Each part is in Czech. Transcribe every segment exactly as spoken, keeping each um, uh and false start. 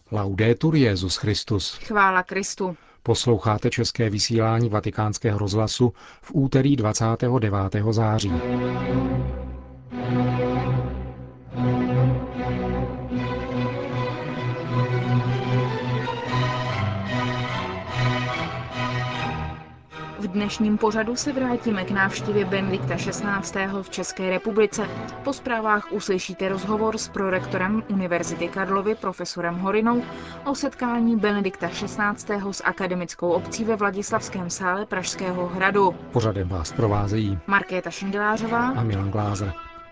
Laudetur Jesus Christus. Chvála Kristu. Posloucháte české vysílání Vatikánského rozhlasu v úterý dvacátého devátého září. V dnešním pořadu se vrátíme k návštěvě Benedikta šestnáctého. v České republice. Po zprávách uslyšíte rozhovor s prorektorem Univerzity Karlovy profesorem Horinou o setkání Benedikta šestnáctého. s akademickou obcí ve Vladislavském sále Pražského hradu. Pořadem vás provázejí Markéta Šindelářová a Milan Glázer.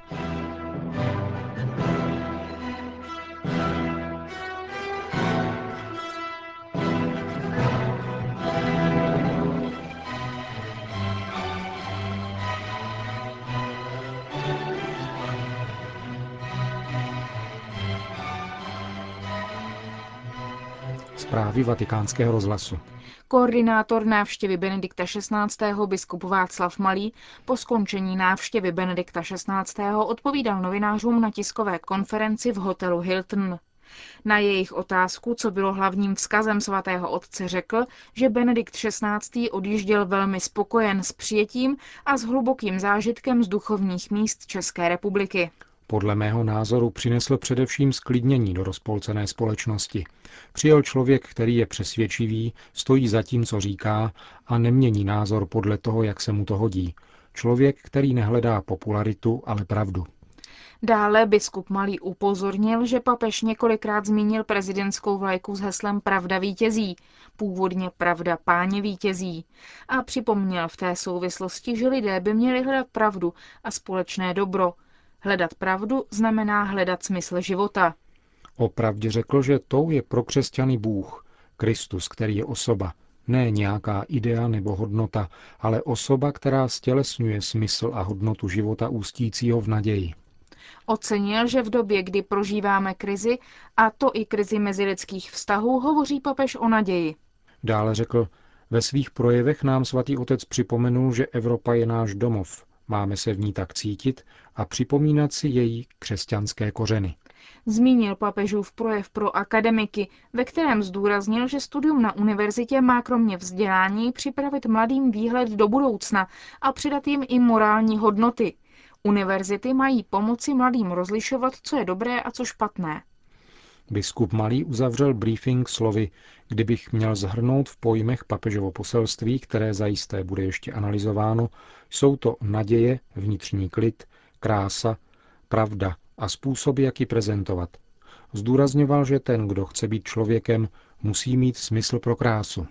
Zprávy Vatikánského rozhlasu. Koordinátor návštěvy Benedikta šestnáctého. biskup Václav Malý po skončení návštěvy Benedikta šestnáctého. odpovídal novinářům na tiskové konferenci v hotelu Hilton. Na jejich otázku, co bylo hlavním vzkazem svatého otce, řekl, že Benedikt šestnáctý. odjížděl velmi spokojen s přijetím a s hlubokým zážitkem z duchovních míst České republiky. Podle mého názoru přinesl především sklidnění do rozpolcené společnosti. Přijel člověk, který je přesvědčivý, stojí za tím, co říká a nemění názor podle toho, jak se mu to hodí. Člověk, který nehledá popularitu, ale pravdu. Dále biskup Malý upozornil, že papež několikrát zmínil prezidentskou vlajku s heslem Pravda vítězí, původně Pravda Páně vítězí, a připomněl v té souvislosti, že lidé by měli hledat pravdu a společné dobro. Hledat pravdu znamená hledat smysl života. Opravdě řekl, že tou je pro křesťany Bůh, Kristus, který je osoba, ne nějaká idea nebo hodnota, ale osoba, která stělesňuje smysl a hodnotu života ústícího v naději. Ocenil, že v době, kdy prožíváme krizi, a to i krizi mezilidských vztahů, hovoří papež o naději. Dále řekl, ve svých projevech nám svatý otec připomenul, že Evropa je náš domov, máme se v ní tak cítit a připomínat si její křesťanské kořeny. Zmínil papežův projev pro akademiky, ve kterém zdůraznil, že studium na univerzitě má kromě vzdělání připravit mladým výhled do budoucna a přidat jim i morální hodnoty. Univerzity mají pomoci mladým rozlišovat, co je dobré a co špatné. Biskup Malý uzavřel briefing slovy, kdybych měl zhrnout v pojmech papežovo poselství, které zajisté bude ještě analyzováno, jsou to naděje, vnitřní klid, krása, pravda a způsoby, jak ji prezentovat. Zdůrazňoval, že ten, kdo chce být člověkem, musí mít smysl pro krásu.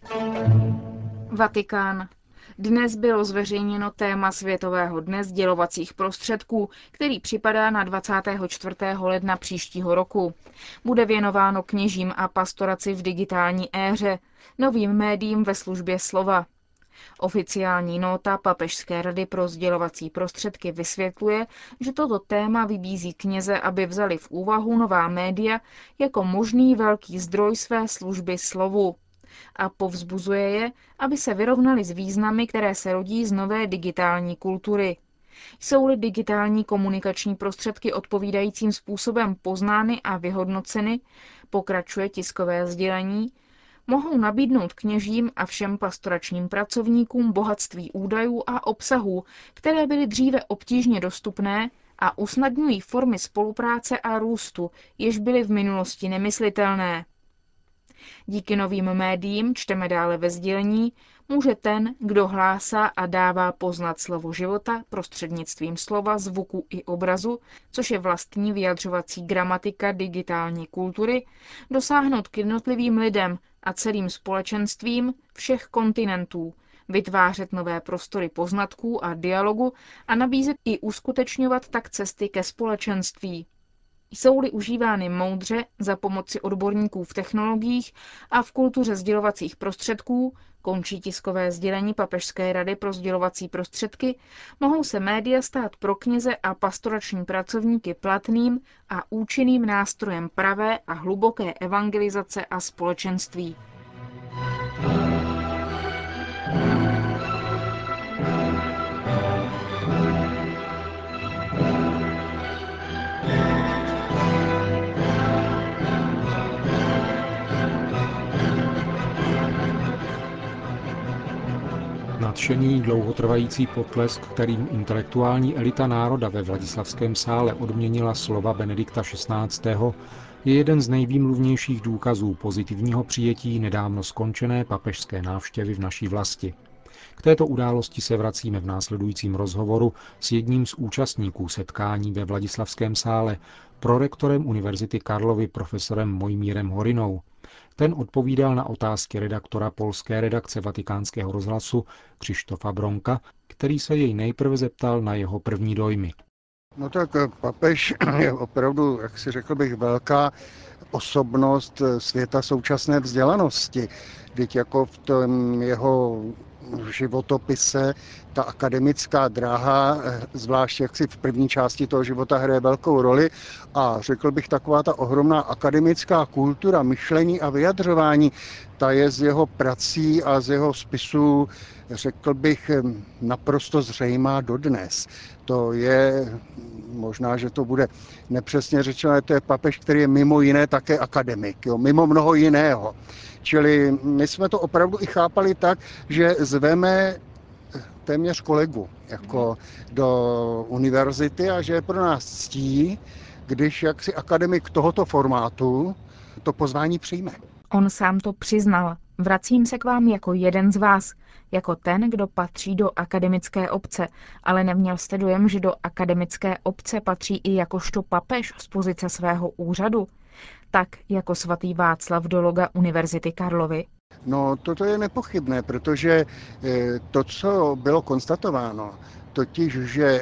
Vatikán. Dnes bylo zveřejněno téma Světového dne sdělovacích prostředků, který připadá na dvacátého čtvrtého ledna příštího roku. Bude věnováno kněžím a pastoraci v digitální éře, novým médiím ve službě slova. Oficiální nóta Papežské rady pro sdělovací prostředky vysvětluje, že toto téma vybízí kněze, aby vzali v úvahu nová média jako možný velký zdroj své služby slovu. A povzbuzuje je, aby se vyrovnali s významy, které se rodí z nové digitální kultury. Jsou-li digitální komunikační prostředky odpovídajícím způsobem poznány a vyhodnoceny, pokračuje tiskové sdělení, mohou nabídnout kněžím a všem pastoračním pracovníkům bohatství údajů a obsahů, které byly dříve obtížně dostupné a usnadňují formy spolupráce a růstu, jež byly v minulosti nemyslitelné. Díky novým médiím, čteme dále ve sdělení, může ten, kdo hlásá a dává poznat slovo života prostřednictvím slova, zvuku i obrazu, což je vlastní vyjadřovací gramatika digitální kultury, dosáhnout k jednotlivým lidem a celým společenstvím všech kontinentů, vytvářet nové prostory poznatků a dialogu a nabízet i uskutečňovat tak cesty ke společenství. Jsou-li užívány moudře za pomoci odborníků v technologiích a v kultuře sdělovacích prostředků, končí tiskové sdělení Papežské rady pro sdělovací prostředky, mohou se média stát pro kněze a pastorační pracovníky platným a účinným nástrojem pravé a hluboké evangelizace a společenství. nadšený dlouhotrvající potlesk, kterým intelektuální elita národa ve Vladislavském sále odměnila slova Benedikta šestnáctého., je jeden z nejvýmluvnějších důkazů pozitivního přijetí nedávno skončené papežské návštěvy v naší vlasti. K této události se vracíme v následujícím rozhovoru s jedním z účastníků setkání ve Vladislavském sále, prorektorem Univerzity Karlovy profesorem Mojmírem Horinou. Ten odpovídal na otázky redaktora polské redakce Vatikánského rozhlasu Křištofa Bronka, který se jej nejprve zeptal na jeho první dojmy. No tak papež je opravdu, jak si řekl bych, velká osobnost světa současné vzdělanosti. Vždyť jako v tom jeho životopise ta akademická dráha, zvlášť jak si v první části toho života hraje velkou roli a řekl bych taková ta ohromná akademická kultura myšlení a vyjadřování, ta je z jeho prací a z jeho spisů, řekl bych, naprosto zřejmá dodnes. To je, možná, že to bude nepřesně řečeno, to je papež, který je mimo jiné také akademik, jo, mimo mnoho jiného. Čili my jsme to opravdu i chápali tak, že zveme téměř kolegu jako do univerzity a že je pro nás ctí, když jaksi akademik tohoto formátu to pozvání přijme. On sám to přiznal. Vracím se k vám jako jeden z vás, jako ten, kdo patří do akademické obce, ale neměl jste dojem, že do akademické obce patří i jakožto papež z pozice svého úřadu, tak jako svatý Václav do loga Univerzity Karlovy? No, toto je nepochybné, protože to, co bylo konstatováno, totiž, že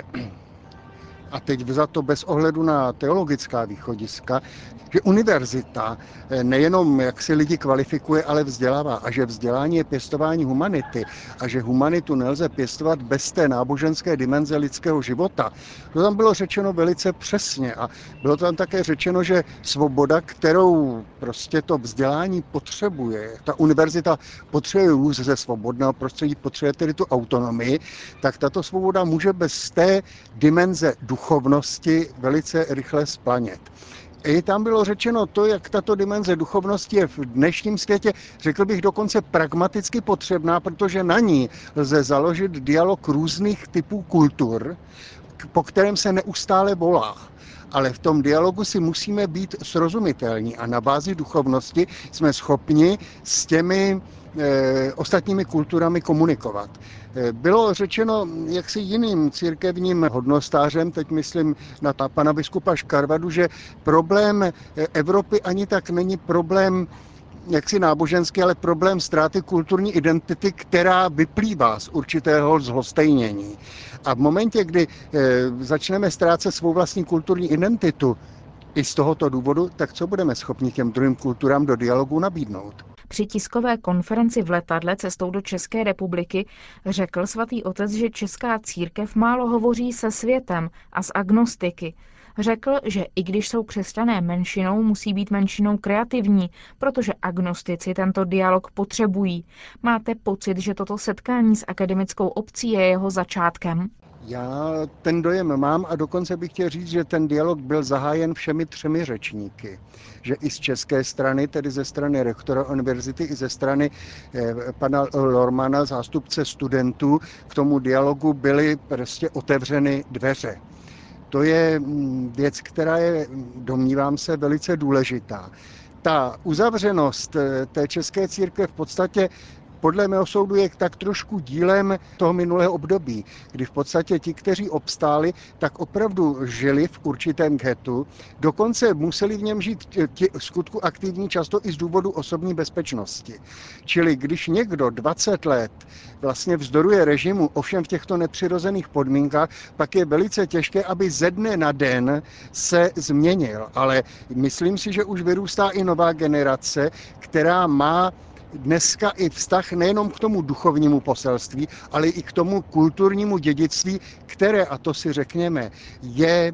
a teď vzato bez ohledu na teologická východiska, že univerzita nejenom jak si lidi kvalifikuje, ale vzdělává a že vzdělání je pěstování humanity a že humanitu nelze pěstovat bez té náboženské dimenze lidského života. To tam bylo řečeno velice přesně a bylo tam také řečeno, že svoboda, kterou prostě to vzdělání potřebuje, ta univerzita potřebuje růst ze svobodného prostředí, potřebuje tedy tu autonomii, tak tato svoboda může bez té dimenze duchovnosti velice rychle splanět. I tam bylo řečeno to, jak tato dimenze duchovnosti je v dnešním světě, řekl bych dokonce pragmaticky potřebná, protože na ní lze založit dialog různých typů kultur, po kterém se neustále volá. Ale v tom dialogu si musíme být srozumitelní a na bázi duchovnosti jsme schopni s těmi e, ostatními kulturami komunikovat. E, bylo řečeno jaksi jiným církevním hodnostářem, teď myslím na ta pana biskupa Škarvadu, že problém Evropy ani tak není problém jaksi náboženský, ale problém ztráty kulturní identity, která vyplývá z určitého zhostejnění. A v momentě, kdy e, začneme ztrácet svou vlastní kulturní identitu i z tohoto důvodu, tak co budeme schopni těm druhým kulturám do dialogu nabídnout? Při tiskové konferenci v letadle cestou do České republiky řekl svatý otec, že česká církev málo hovoří se světem a s agnostiky. Řekl, že i když jsou křesťané menšinou, musí být menšinou kreativní, protože agnostici tento dialog potřebují. Máte pocit, že toto setkání s akademickou obcí je jeho začátkem? Já ten dojem mám a dokonce bych chtěl říct, že ten dialog byl zahájen všemi třemi řečníky. Že i z české strany, tedy ze strany rektora univerzity, i ze strany eh, pana Lormana, zástupce studentů, k tomu dialogu byly prostě otevřeny dveře. To je věc, která je, domnívám se, velice důležitá. Ta uzavřenost té české církve v podstatě podle mého soudu je tak trošku dílem toho minulého období, kdy v podstatě ti, kteří obstáli, tak opravdu žili v určitém ghetu, dokonce museli v něm žít ti skutku aktivní často i z důvodu osobní bezpečnosti. Čili když někdo dvacet let vlastně vzdoruje režimu, ovšem v těchto nepřirozených podmínkách, pak je velice těžké, aby ze dne na den se změnil. Ale myslím si, že už vyrůstá i nová generace, která má dneska i vztah nejenom k tomu duchovnímu poselství, ale i k tomu kulturnímu dědictví, které, a to si řekněme, je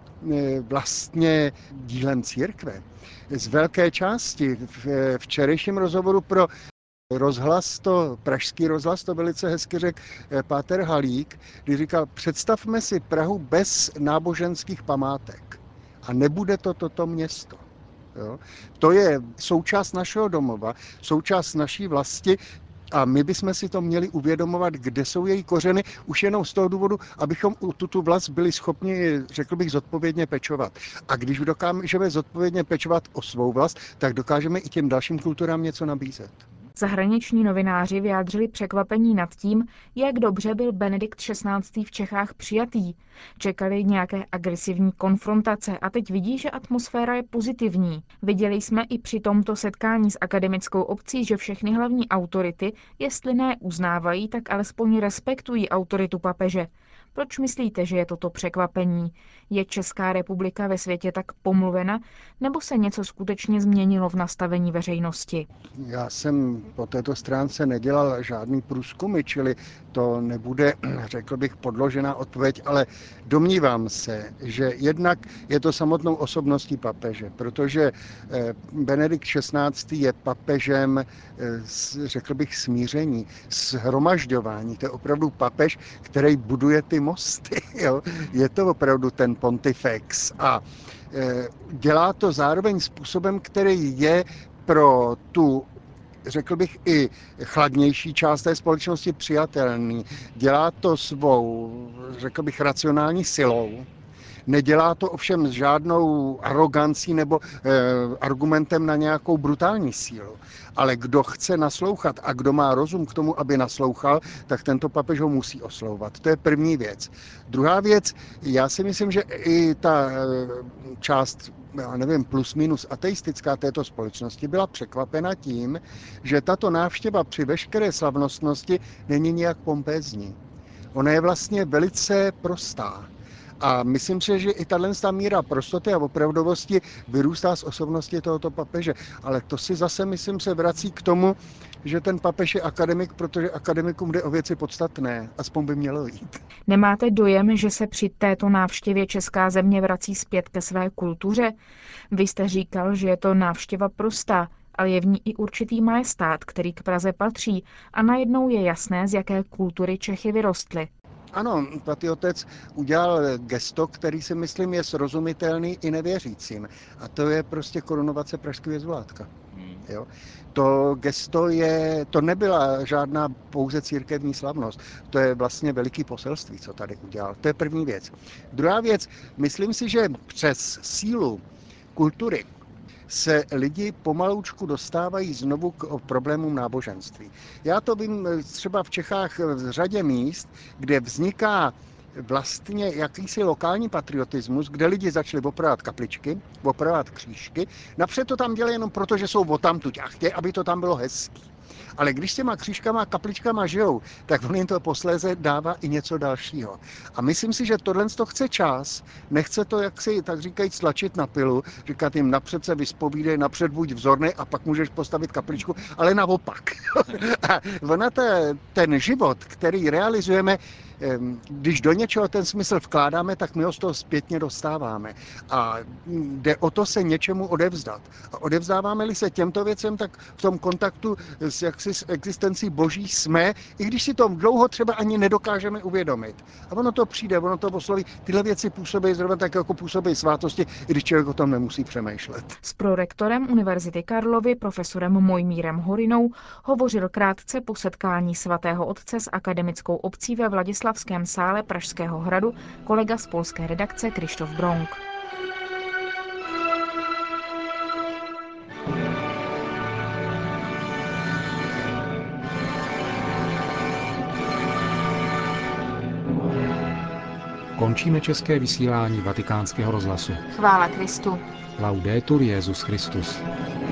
vlastně dílem církve. Z velké části v včerejším rozhovoru pro rozhlas, to, pražský rozhlas, to velice hezky řekl páter Halík, kdy říkal, představme si Prahu bez náboženských památek a nebude to toto město. Jo? To je součást našeho domova, součást naší vlasti, A my bychom si to měli uvědomovat, kde jsou její kořeny, už jenom z toho důvodu, abychom u tuto vlast byli schopni, řekl bych, zodpovědně pečovat. A když dokážeme zodpovědně pečovat o svou vlast, tak dokážeme i těm dalším kulturám něco nabízet. Zahraniční novináři vyjádřili překvapení nad tím, jak dobře byl Benedikt šestnáctý v Čechách přijatý. Čekali nějaké agresivní konfrontace a teď vidí, že atmosféra je pozitivní. Viděli jsme i při tomto setkání s akademickou obcí, že všechny hlavní autority, jestli ne uznávají, tak alespoň respektují autoritu papeže. Proč myslíte, že je toto překvapení? Je Česká republika ve světě tak pomluvena, nebo se něco skutečně změnilo v nastavení veřejnosti? Já jsem po této stránce nedělal žádný průzkumy, čili to nebude, řekl bych, podložená odpověď, ale domnívám se, že jednak je to samotnou osobností papeže, protože Benedikt šestnáctý je papežem, řekl bych, smíření, shromažďování. To je opravdu papež, který buduje ty mosty. Jo? Je to opravdu ten pontifex a dělá to zároveň způsobem, který je pro tu, řekl bych, i chladnější část té společnosti přijatelný. Dělá to svou, řekl bych, racionální silou. Nedělá to ovšem s žádnou arogancí nebo e, argumentem na nějakou brutální sílu. Ale kdo chce naslouchat a kdo má rozum k tomu, aby naslouchal, tak tento papež ho musí oslovovat. To je první věc. Druhá věc, já si myslím, že i ta e, část, já nevím, plus minus ateistická této společnosti byla překvapena tím, že tato návštěva při veškeré slavnostnosti není nijak pompézní. Ona je vlastně velice prostá. A myslím si, že i tato míra prostoty a opravdovosti vyrůstá z osobnosti tohoto papeže. Ale to si zase, myslím, se vrací k tomu, že ten papež je akademik, protože akademikům jde o věci podstatné. Aspoň by mělo jít. Nemáte dojem, že se při této návštěvě česká země vrací zpět ke své kultuře? Vy jste říkal, že je to návštěva prostá, ale je v ní i určitý majestát, který k Praze patří a najednou je jasné, z jaké kultury Čechy vyrostly. Ano, svatý otec udělal gesto, který si myslím je srozumitelný i nevěřícím. A to je prostě korunovace pražského vězulátka. Jo? To gesto je, to nebyla žádná pouze církevní slavnost. To je vlastně veliký poselství, co tady udělal. To je první věc. Druhá věc, myslím si, že přes sílu kultury se lidi pomaloučku dostávají znovu k problémům náboženství. Já to vím třeba v Čechách v řadě míst, kde vzniká vlastně jakýsi lokální patriotismus, kde lidi začali opravovat kapličky, opravovat křížky. Napřed to tam dělají jenom proto, že jsou odtamtud a chtějí, aby to tam bylo hezký. Ale když s těma křížkama a kapličkama žijou, tak on jim to posléze dává i něco dalšího. A myslím si, že tohle to chce čas, nechce to, jak si tak říkají, tlačit na pilu, říkat jim napřed se vyspovídej, napřed buď vzorný a pak můžeš postavit kapličku, ale naopak. A ona ta, ten život, který realizujeme, když do něčeho ten smysl vkládáme, tak my ho z toho zpětně dostáváme. A jde o to se něčemu odevzdat. A odevzdáváme-li se těmto věcem, tak v tom kontaktu s, jaksi, s existencí Boží jsme, i když si to dlouho třeba ani nedokážeme uvědomit. A ono to přijde, ono to osloví. Tyhle věci působí zrovna tak, jako působí svátosti, i když člověk o tom nemusí přemýšlet. S prorektorem Univerzity Karlovy, profesorem Mojmírem Horinou, hovořil krátce po setkání svatého otce s akademickou obcí ve Vladislavském sále Pražského hradu kolega z polské redakce Krištof Bronk. Končíme české vysílání Vatikánského rozhlasu. Chvála Kristu. Laudetur Jesus Christus.